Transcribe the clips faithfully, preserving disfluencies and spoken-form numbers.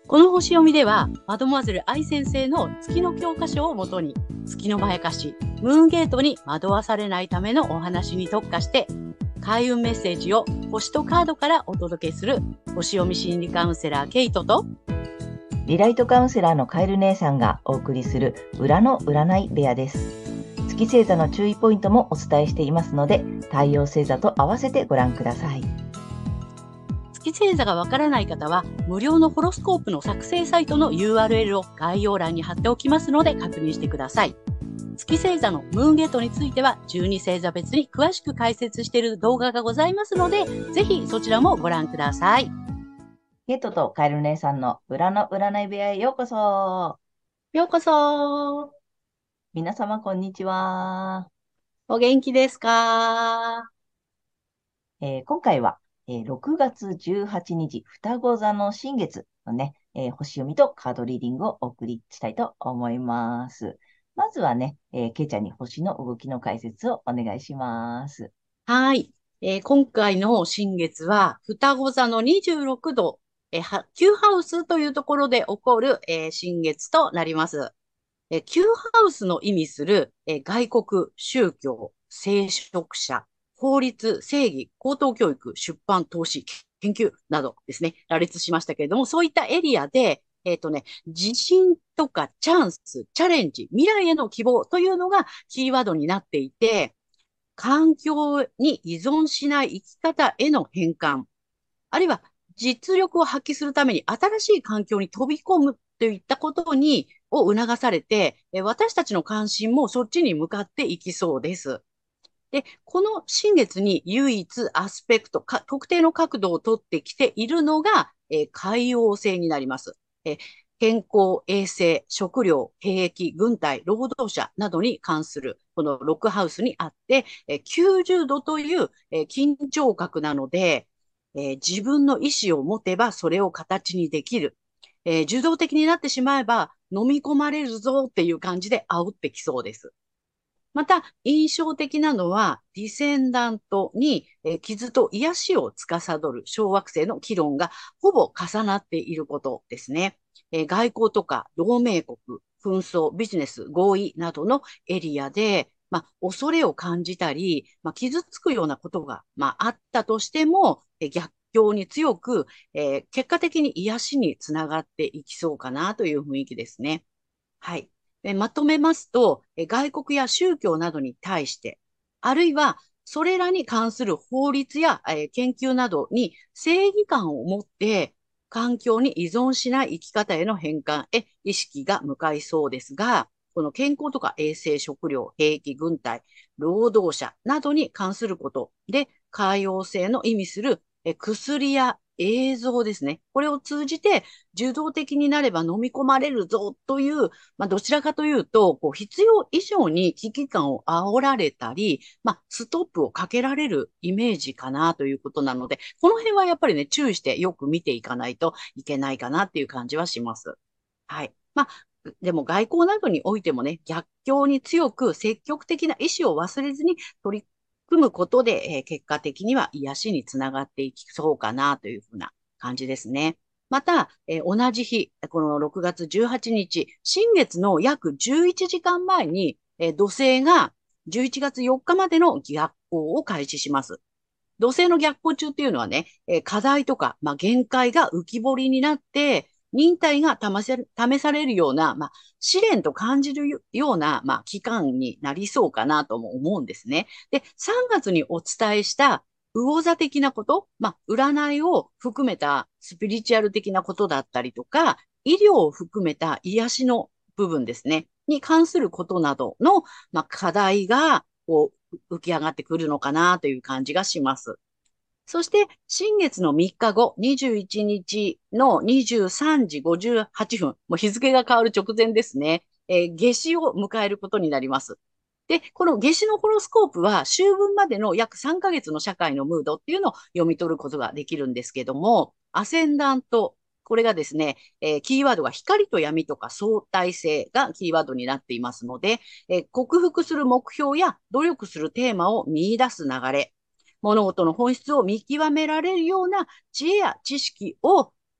この星読みでは、マドモアゼル愛先生の月の教科書をもとに、月のまやかし、ムーンゲートに惑わされないためのお話に特化して、開運メッセージを星とカードからお届けする、星読み心理カウンセラーケイトと、 リライトカウンセラーのカエル姉さんがお送りする裏の占い部屋です。月星座の注意ポイントもお伝えしていますので、太陽星座と合わせてご覧ください。 月星座がわからない方は、無料のホロスコープの作成サイトの ユーアールエル を概要欄に貼っておきますので確認してください。月星座のムーンゲートについては、じゅうに星座別に詳しく解説している動画がございますので、ぜひそちらもご覧ください。 ゲットとカエル姉さんの裏の占い部屋へようこそ。 ようこそ。 皆様こんにちは。 お元気ですか？ えー今回は、えーろくがつじゅうはちにち、双子座の新月のね、えー星読みとカードリーディングをお送りしたいと思います。まずはね、えー、ケイちゃんに星の動きの解説をお願いします。 はい。えー今回の新月は、双子座のにじゅうろくど、えーは Q ハウスというところで起こる、えー新月となります。えー Q ハウスの意味する、えー外国、宗教、聖職者、法律、正義、高等教育、出版、投資、研究などですね、羅列しましたけれども、そういったエリアで、えっとね、自信とかチャンス、チャレンジ、未来への希望というのがキーワードになっていて、環境に依存しない生き方への変換、あるいは実力を発揮するために新しい環境に飛び込むといったことに、を促されて、私たちの関心もそっちに向かっていきそうです。で、この新月に唯一アスペクト、か特定の角度をとってきているのが、えー海王星になります。えー健康、衛生、食料、兵役、軍隊、労働者などに関する、このロックハウスにあって、えーきゅうじゅうどという、えー緊張角なので、えー自分の意思を持てばそれを形にできる。えー受動的になってしまえば飲み込まれるぞっていう感じで煽ってきそうです。また、印象的なのは、ディセンダントに、えー傷と癒しを司る小惑星の議論がほぼ重なっていることですね。えー外交とか同盟国、紛争、ビジネス、合意などのエリアで、まあ、恐れを感じたり、まあ、傷つくようなことが、まあ、あったとしても、えー逆境に強く、えー結果的に癒しにつながっていきそうかなという雰囲気ですね。はい。えまとめますと、え外国や宗教などに対して、あるいはそれらに関する法律や、え研究などに正義感を持って、環境に依存しない生き方への変換へ意識が向かいそうですが、この健康とか衛生、食料、兵役、軍隊、労働者などに関することで、海洋性の意味するえ薬や映像ですね。これを通じて受動的になれば飲み込まれるぞという、まあ、どちらかというと、こう必要以上に危機感を煽られたり、まあ、ストップをかけられるイメージかなということなので、この辺はやっぱりね、注意してよく見ていかないといけないかなっていう感じはします。はい。まあ、でも外交などにおいてもね、逆境に強く積極的な意思を忘れずに取り組むことで、えー結果的には癒しにつながっていきそうかなというふうな感じですね。また、えー同じ日、このろくがつじゅうはちにち、新月の約じゅういちじかんまえに、えー土星がじゅういちがつよっかまでの逆行を開始します。土星の逆行中っていうのはね、えー課題とか、まあ、限界が浮き彫りになって、忍耐が試せ試されるような、まあ、試練と感じるような、まあ、期間になりそうかなとも思うんですね。で、さんがつにお伝えした魚座的なこと、まあ、占いを含めたスピリチュアル的なことだったりとか、医療を含めた癒しの部分ですね、に関することなどの、まあ、課題が、こう、浮き上がってくるのかなという感じがします。そして、新月のみっかご、にじゅういちにちのにじゅうさんじごじゅうはっぷん、もう日付が変わる直前ですね。えー夏至を迎えることになります。で、この夏至のホロスコープは、秋分までの約さんかげつの社会のムードっていうのを読み取ることができるんですけども、アセンダント、これがですね、えーキーワードが光と闇とか相対性がキーワードになっていますので、えー克服する目標や努力するテーマを見出す流れ、物事の本質を見極められるような知恵や知識を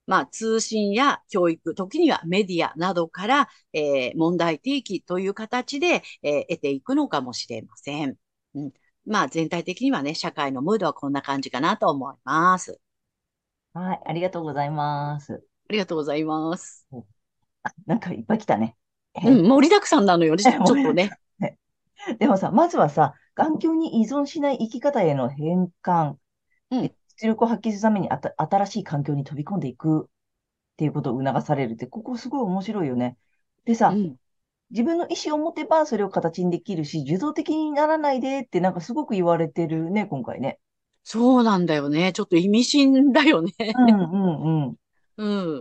まあ、通信や教育、時にはメディアなどから、えー問題提起という形で、えー得ていくのかもしれません。うん、まあ、全体的にはね、社会のムードはこんな感じかなと思います。 はい、ありがとうございます。 ありがとうございます。 おあ、なんかいっぱい来たね。 うん、 え盛りだくさんなのよね、 ー、 ちもうょっとね。 ねでもさ、まずはさ、環境に依存しない生き方への変換、えうん、 出力を発揮するためにあた新しい環境に飛び込んでいくっていうことを促されるって、ここすごい面白いよね。でさ、 うん。 自分の意思を持てばそれを形にできるし、受動的にならないでってなんかすごく言われてるね、今回ね。 そうなんだよね。ちょっと意味深だよね。 うんうんうん。 うん、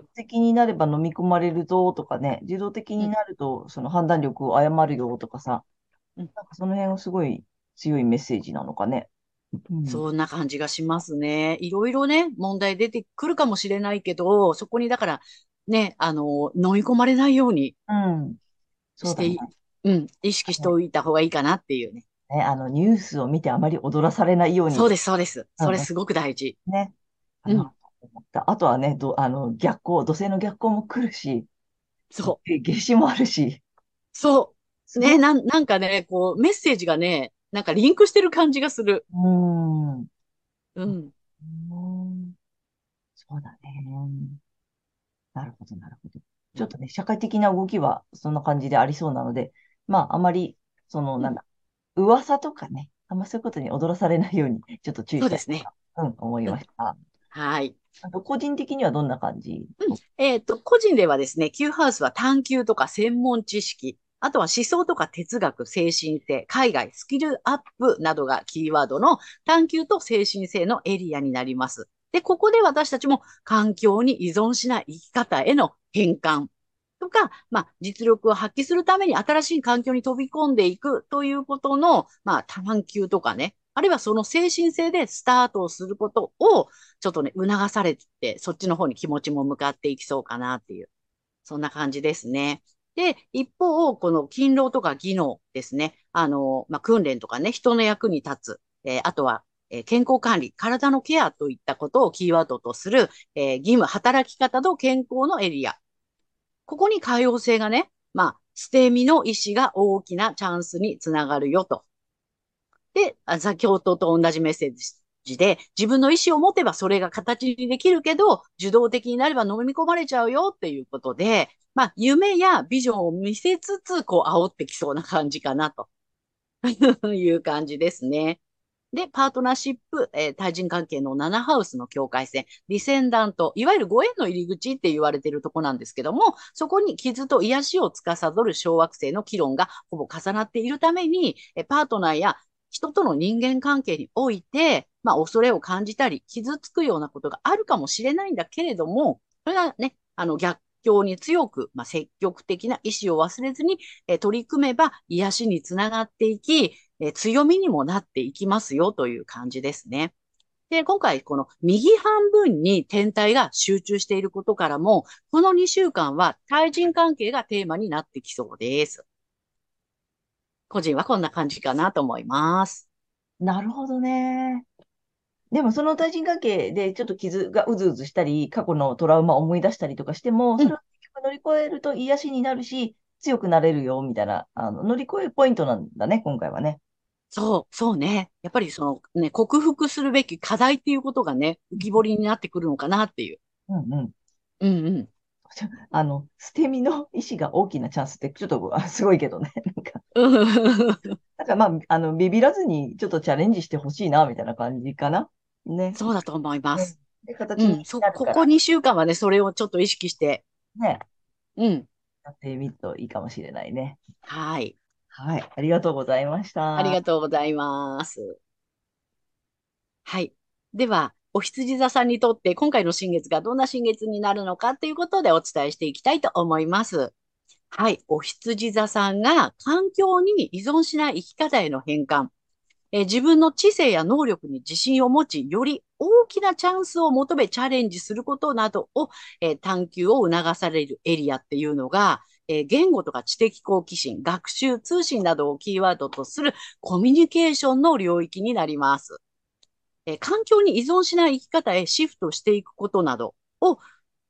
的になれば飲み込まれるぞとかね、自動的にうん、 なるとその判断力を誤るよとかさ、 うん。 なんかその辺はすごい強いメッセージなのかね。うん。 そんな感じがしますね。いろいろね、問題出てくるかもしれないけど、そこにだから、ね、あの、飲み込まれないようにうん。そうだね。 してい、うん、意識しておいた方がいいかなっていうね。 ね、あの、ニュースを見てあまり踊らされないように。 そうです、そうです。 うんうん。 それすごく大事。 ね。かなうん、 と思った。あとはね、ど、あの、逆光、土星の逆光も来るし、 そう、 え夏至もあるし、 そう。ね、 すごい。 なん、なんかね、こう、メッセージがね、なんかリンクしてる感じがする。 うーん。ううん、 ーん。そうだね。なるほど、なるほど。 うん、 ちょっとね、社会的な動きはそんな感じでありそうなので、まあ、あまり、その、 うん。 なんだ、噂とかね、あんまそういうことに踊らされないように、ちょっと注意したいそうですね。 な、うん、思いうん、 ました。 はい。 あと、個人的にはどんな感じ？ うん。えっと、個人ではですね、Q ハウスは探求とか専門知識、あとは思想とか哲学、精神性、海外、スキルアップなどがキーワードの探求と精神性のエリアになります。で、ここで私たちも環境に依存しない生き方への変換とか、まあ、実力を発揮するために新しい環境に飛び込んでいくということの、まあ、探求とかね、あるいはその精神性でスタートをすることを、ちょっとね、促されて、そっちの方に気持ちも向かっていきそうかなっていう、そんな感じですね。で、一方、この勤労とか技能ですね。あの、まあ、訓練とかね、人の役に立つ。えーあとは、えー健康管理、体のケアといったことをキーワードとする、えー義務、働き方と健康のエリア。ここに多様性がね、まあ、捨て身の意思が大きなチャンスにつながるよと。で、あ先ほどと同じメッセージで、自分の意思を持てばそれが形にできるけど、受動的になれば飲み込まれちゃうよっていうことで、まあ、夢やビジョンを見せつつ、こう、煽ってきそうな感じかなという感じですね。で、パートナーシップ、えー対人関係のナナハウスの境界線、ディセンダント、いわゆるご縁の入り口って言われているとこなんですけども、そこに傷と癒しを司る小惑星の議論がほぼ重なっているために、えパートナーや人との人間関係において、まあ、恐れを感じたり、傷つくようなことがあるかもしれないんだけれども、それはね、あの逆境に強く、まあ、積極的な意思を忘れずに、え取り組めば癒しにつながっていき、え強みにもなっていきますよという感じですね。で、今回この右半分に天体が集中していることからも、このにしゅうかんは対人関係がテーマになってきそうです。個人はこんな感じかなと思います。 なるほどね。でも、その対人関係でちょっと傷がうずうずしたり、過去のトラウマを思い出したりとかしても、 うん。 それを結局乗り越えると癒しになるし、強くなれるよ、みたいな、あの、乗り越えるポイントなんだね、今回はね。 そう、そうね。やっぱりそのね、克服するべき課題っていうことがね、浮き彫りになってくるのかなっていう。 うんうん。 うんうん。 あの、捨て身の意志が大きなチャンスって、ちょっとあすごいけどね。なんか、 うんなんかまあ、あの、ビビらずにちょっとチャレンジしてほしいな、みたいな感じかな。ね。 そうだと思いまね。 す。 で、形にうん、そ、ここなるから、 にしゅうかんはね、それをちょっと意識して、 ね、 うん、 やってみるといいかもしれないね。 はい。 はい。ありがとうございましありた。 がとうございます。はい。では、お羊座さんにとって今回の新月がどんな新月になるのかということでお伝えしていきたいと思います。はい。お羊座さんが環境に依存しない生き方への変換。えー自分の知性や能力に自信を持ち、より大きなチャンスを求めチャレンジすることなどを、えー探求を促されるエリアっていうのが、えー言語とか知的好奇心、学習、通信などをキーワードとするコミュニケーションの領域になります。えー環境に依存しない生き方へシフトしていくことなどを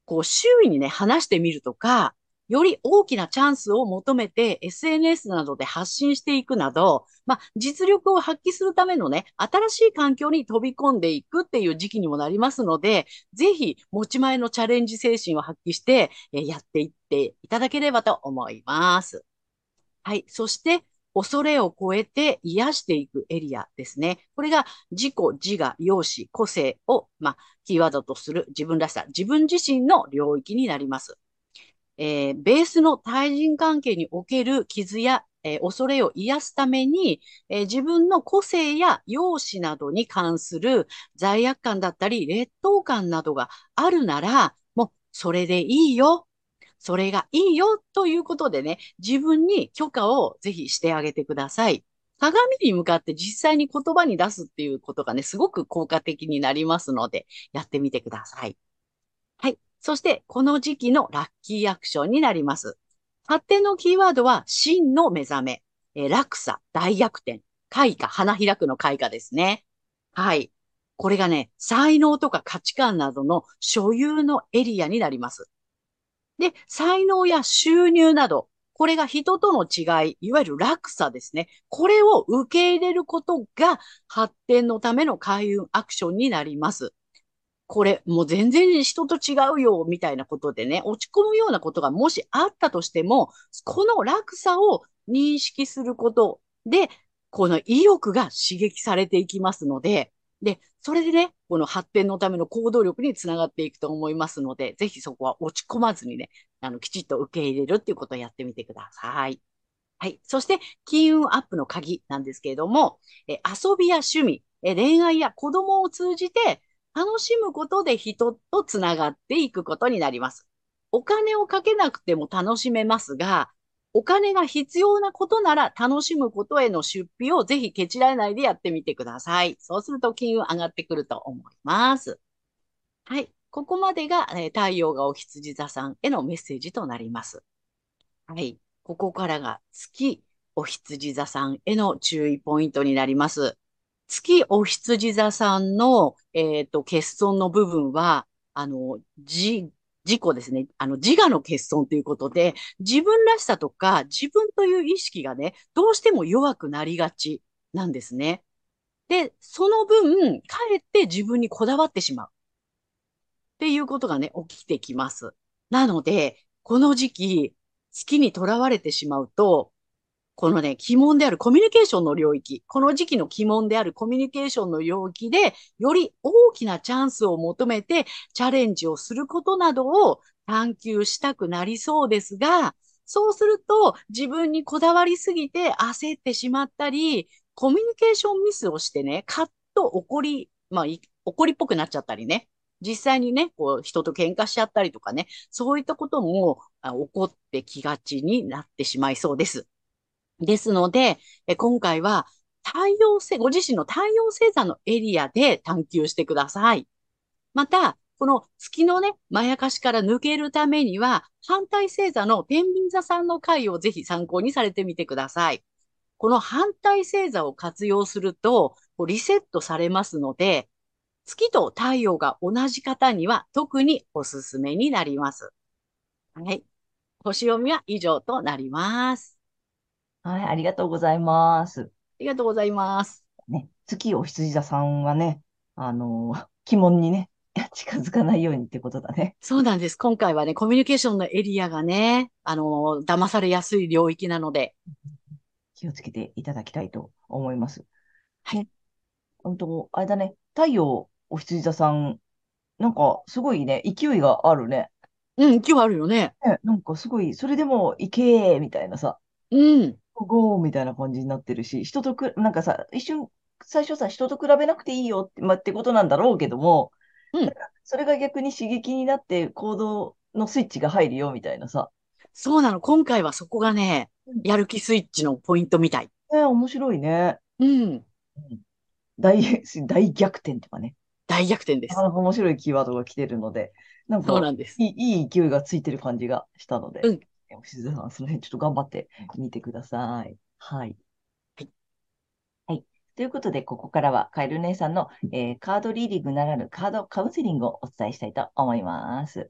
こう周囲にね、話してみるとか、より大きなチャンスを求めて エスエヌエス などで発信していくなど、まあ、実力を発揮するためのね、新しい環境に飛び込んでいくっていう時期にもなりますので、ぜひ持ち前のチャレンジ精神を発揮して、えーやっていっていただければと思います。はい。そして、恐れを超えて癒していくエリアですね。これが自己、自我、容姿、個性を、まあ、キーワードとする自分らしさ、自分自身の領域になります。えーベースの対人関係における傷や、えー恐れを癒すために、えー自分の個性や容姿などに関する罪悪感だったり、劣等感などがあるなら、もうそれでいいよ。それがいいよということでね、自分に許可をぜひしてあげてください。鏡に向かって実際に言葉に出すっていうことがね、すごく効果的になりますので、やってみてください。はい。そして、この時期のラッキーアクションになります。発展のキーワードは、真の目覚め、えー落差、大逆転、開花、花開くの開花ですね。はい。これがね、才能とか価値観などの所有のエリアになります。で、才能や収入など、これが人との違い、いわゆる落差ですね。これを受け入れることが発展のための開運アクションになります。これ、もう全然人と違うよ、みたいなことでね、落ち込むようなことがもしあったとしても、この落差を認識することで、この意欲が刺激されていきますので、で、それでね、この発展のための行動力につながっていくと思いますので、ぜひそこは落ち込まずにね、あの、きちっと受け入れるっていうことをやってみてください。はい。そして、金運アップの鍵なんですけれども、え遊びや趣味、え恋愛や子供を通じて楽しむことで人とつながっていくことになります。お金をかけなくても楽しめますが、お金が必要なことなら楽しむことへの出費をぜひケチられないでやってみてください。そうすると金運上がってくると思います。はい。ここまでが、えー太陽がお羊座さんへのメッセージとなります。はい。ここからが月お羊座さんへの注意ポイントになります。月お羊座さんの、えっと、欠損の部分は、あの、自、自己ですね。あの、自我の欠損ということで、自分らしさとか自分という意識がね、どうしても弱くなりがちなんですね。で、その分、かえって自分にこだわってしまうっていうことがね、起きてきます。なので、この時期、好きにとらわれてしまうと、このね、鬼門であるコミュニケーションの領域、この時期の鬼門であるコミュニケーションの領域で、より大きなチャンスを求めてチャレンジをすることなどを探求したくなりそうですが、そうすると自分にこだわりすぎて焦ってしまったり、コミュニケーションミスをしてね、カッと怒り、まあ、い怒りっぽくなっちゃったりね、実際にね、こう人と喧嘩しちゃったりとかね、そういったこともあ起こってきがちになってしまいそうです。ですので、え今回は太陽星、ご自身の太陽星座のエリアで探求してください。また、この月のね、まやかしから抜けるためには、反対星座の天秤座さんの回をぜひ参考にされてみてください。この反対星座を活用すると、こうリセットされますので、月と太陽が同じ方には特におすすめになります。はい。星読みは以上となります。 はい、ありがとうございます。 ありがとうございます。 ね、月お羊座さんはね、あのー鬼門にね、近づかないようにってことだね。 そうなんです。今回はね、コミュニケーションのエリアがね、あの、騙されやすい領域なので、 気をつけていただきたいと思います。 はい。 ね、本当、あれだね、太陽お羊座さん、なんかすごいね、勢いがあるね。 うん、今日あるよね。 ね、なんかすごい、それでもいけーみたいなさ、 うん、 ゴーみたいな感じになってるし、人とく、なんかさ、一瞬、最初さ、人と比べなくていいよって、まあ、ってことなんだろうけども、 うん。 なんかそれが逆に刺激になって行動のスイッチが入るよみたいなさ。 そうなの。今回はそこがね、 うん、 やる気スイッチのポイントみたい。 ね、面白いね。 うん、 うん、大、大逆転とかね。 大逆転です。 なかなか面白いキーワードが来てるので、なんか、 そうなんです。 いい、いい勢いがついてる感じがしたので、 うん。 しずさん、その辺ちょっと頑張ってみてください。はい。 はい。 はい。ということで、ここからはカエル姉さんの、えーカードリーディングならぬカードカウンセリングをお伝えしたいと思います。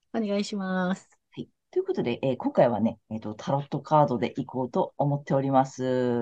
お願いします。 はい。ということで、えー今回はね、えっと、タロットカードでいこうと思っております。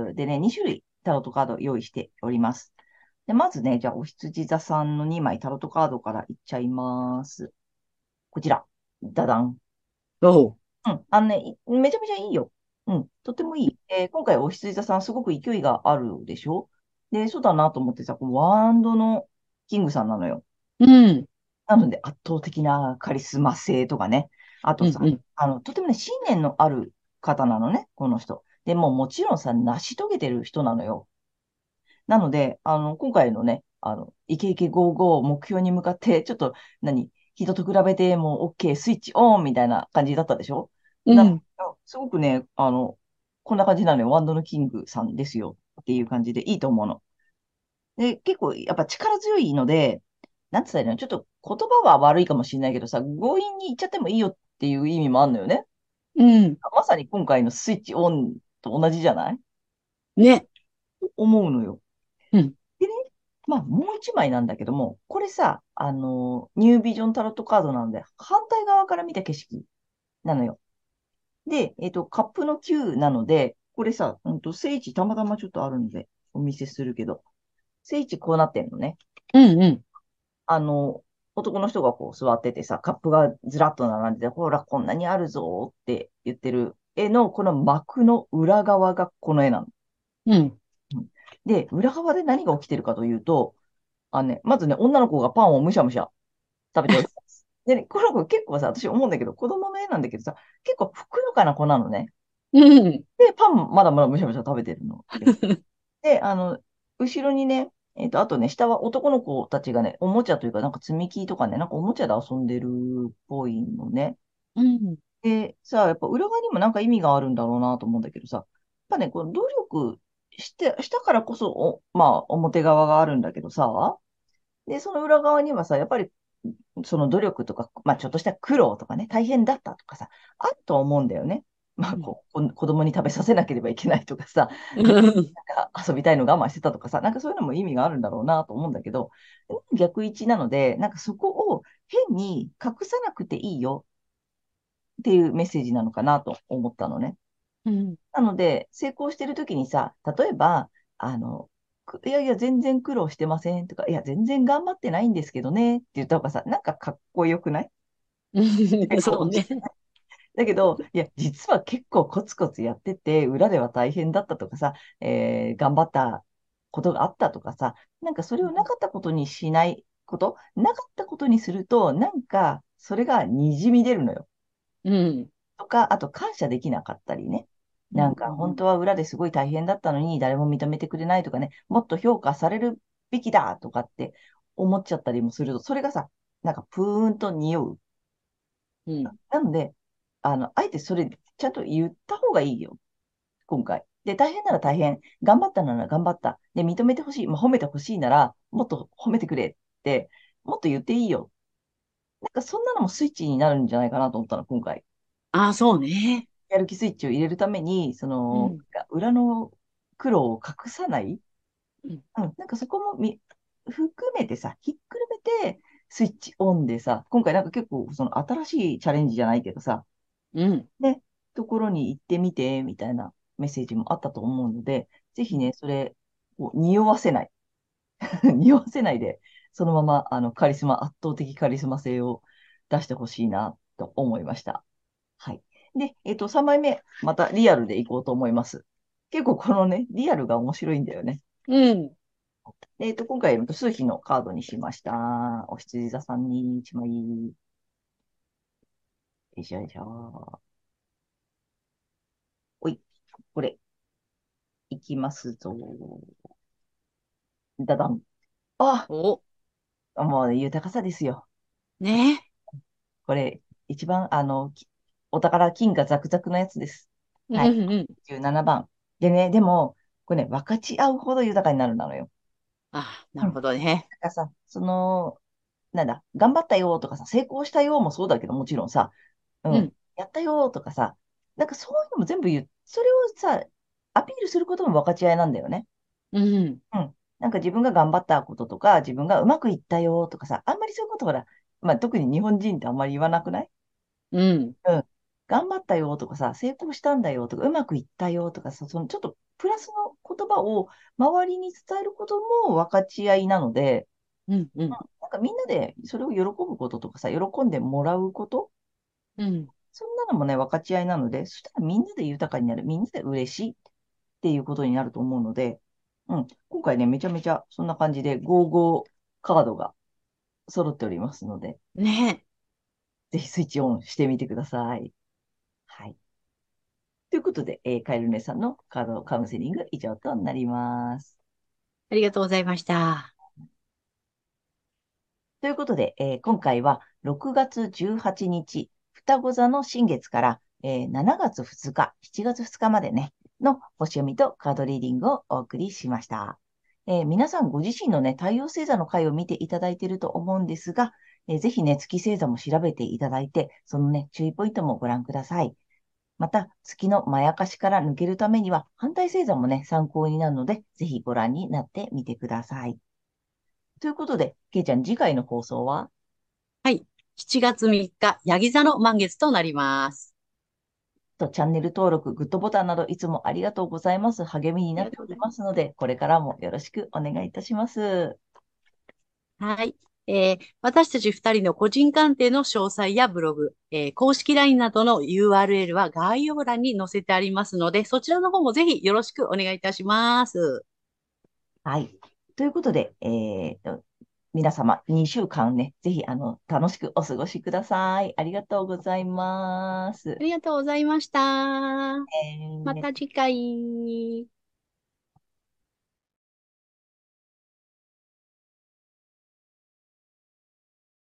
でね、に種類タロットカード用意しております。で、まずね、じゃあ、お羊座さんのにまいタロットカードからいっちゃいます。こちら。ダダン。 おう。 うん。あのね、いめちゃめちゃいいよ。うん。とてもいい。えー今回、お羊座さん、すごく勢いがあるでしょ？で、そうだなと思ってさ、このワンドのキングさんなのよ。 うん、 なので、圧倒的なカリスマ性とかね。あとうん、 さ、 うん、 あの、とてもね、信念のある方なのね、この人。で、もうもちろんさ、成し遂げてる人なのよ。なので、あの、今回のね、あの、イケイケゴーゴー目標に向かって、ちょっと、何、人と比べてもう OK、スイッチオンみたいな感じだったでしょ？な、 うん、 すごくね、あの、こんな感じなのよ。ワンドのキングさんですよ。っていう感じでいいと思うの。で、結構、やっぱ力強いので、なんつったらいいの？ちょっと言葉は悪いかもしれないけどさ、強引に言っちゃってもいいよっていう意味もあるのよね。 うん。 まさに今回のスイッチオンと同じじゃない？ ね。 思うのよ。 うん、 でね、まあもう一枚なんだけども、これさ、あの、ニュービジョンタロットカードなので、反対側から見た景色なのよ。で、えっと、カップのきゅうなので、これさ、うんと、聖地たまたまちょっとあるんで、お見せするけど、聖地こうなってんのね。 うん、うん。 あの、男の人がこう座っててさ、カップがずらっと並んでて、ほら、こんなにあるぞって言ってる絵の、この幕の裏側がこの絵なの。 うん。 うん。で、裏側で何が起きてるかというと、あのね、まずね、女の子がパンをむしゃむしゃ食べております。でね、この子結構さ、私思うんだけど、子供の絵なんだけどさ、結構ふくよかな子なのね。 うん。 で、パンまだまだむしゃむしゃ食べてるの。で、あの、後ろにね、えっと、あとね、下は男の子たちがね、おもちゃというか、なんか積み木とかね、なんかおもちゃで遊んでるっぽいのね。 うん。 で、さ、やっぱ裏側にもなんか意味があるんだろうなと思うんだけどさ、やっぱね、この努力して、したからこそ、お、まあ、表側があるんだけどさ、で、その裏側にはさ、やっぱり、その努力とか、まあ、ちょっとした苦労とかね、大変だったとかさ、あると思うんだよね。まあ、こう、こ子供に食べさせなければいけないとかさ、なんか遊びたいの我慢してたとかさ、なんかそういうのも意味があるんだろうなと思うんだけど、逆位置なので、なんかそこを変に隠さなくていいよっていうメッセージなのかなと思ったのね。 うん。 なので、成功してるときにさ、例えば、あの、くいやいや、全然苦労してませんとか、いや、全然頑張ってないんですけどねって言った方がさ、なんかかっこよくない？成そうね。 功して。だけど、いや、実は結構コツコツやってて、裏では大変だったとかさ、えー頑張ったことがあったとかさ、なんかそれをなかったことにしないこと、なかったことにすると、なんかそれがにじみ出るのよ。 うん。 とか、あと感謝できなかったりね。 うん。 なんか本当は裏ですごい大変だったのに誰も認めてくれないとかね、もっと評価されるべきだとかって思っちゃったりもすると、それがさ、なんかプーンと匂う。 うん。 なので、あの、あえてそれちゃんと言った方がいいよ、今回。で、大変なら大変。頑張ったなら頑張った。で、認めてほしい。まあ、褒めてほしいなら、もっと褒めてくれって、もっと言っていいよ。なんかそんなのもスイッチになるんじゃないかなと思ったの、今回。 ああ、そうね。 やる気スイッチを入れるために、その、 うん。 裏の苦労を隠さない。 うん。 うん、なんかそこもみ含めてさ、ひっくるめて、スイッチオンでさ、今回なんか結構、その新しいチャレンジじゃないけどさ、 うん。 ね、ところに行ってみて、みたいなメッセージもあったと思うので、ぜひね、それを匂わせない。匂わせないで、そのまま、あの、カリスマ、圧倒的カリスマ性を出してほしいな、と思いました。はい。で、えっと、さんまいめ、またリアルでいこうと思います。結構このね、リアルが面白いんだよね。 うん。 でえっと、今回、えっと数比のカードにしました。お羊座さんにいちまい。よいしょよいしょ。おい、これ、いきますぞ。ダダン。あ、 お、 もうね豊かさですよ。 ね。 これ、一番、あの、きお宝金がザクザクのやつです。 うん。 はい。 うん。 じゅうななばん。でね、でも、これね、分かち合うほど豊かになるなのよ。 ああ、なるうん。なんほどね。 かさ、その、なんだ、頑張ったよとかさ、成功したよもそうだけど、もちろんさ、うん、 うん。 やったよとかさ、なんかそういうのも全部言う、それをさ、アピールすることも分かち合いなんだよね。 うん。 うん。なんか自分が頑張ったこととか、自分がうまくいったよとかさ、あんまりそういうことほら、まあ特に日本人ってあんまり言わなくない？ うん。 うん。頑張ったよとかさ、成功したんだよとか、うまくいったよとかさ、そのちょっとプラスの言葉を周りに伝えることも分かち合いなので、 うん。うん。 なんかみんなでそれを喜ぶこととかさ、喜んでもらうこと、 うん。 そんなのもね、分かち合いなので、そしたらみんなで豊かになる、みんなで嬉しいっていうことになると思うので、うん。今回ね、めちゃめちゃそんな感じで、ゴーゴーカードが揃っておりますので、 ねえ。 ぜひスイッチオンしてみてください。はい。ということで、えーカエル姉さんのカードカウンセリング以上となります。 ありがとうございました。 ということで、えー今回はろくがつじゅうはちにち、双子座の新月から、えーしちがつふつか、しちがつふつかまでね、の星読みとカードリーディングをお送りしました。えー皆さんご自身のね、太陽星座の回を見ていただいていると思うんですが、えーぜひね、月星座も調べていただいて、そのね、注意ポイントもご覧ください。また、月のまやかしから抜けるためには、反対星座もね、参考になるので、ぜひご覧になってみてください。ということで、けいちゃん、次回の放送ははい。しちがつみっか、ヤギ座の満月となります。 と、チャンネル登録、グッドボタンなどいつもありがとうございます。励みにありなっておりがとうございます。 ますので、これからもよろしくお願いいたします。 はい。えー私たちふたりの個人鑑定の詳細やブログ、えー公式 ライン などの ユーアールエル は概要欄に載せてありますので、そちらの方もぜひよろしくお願いいたします。 はい。ということで、えーと、皆様、にしゅうかんね、ぜひ、あの、楽しくお過ごしください。ありがとうございます。 ありがとうございました。 えーまた次回。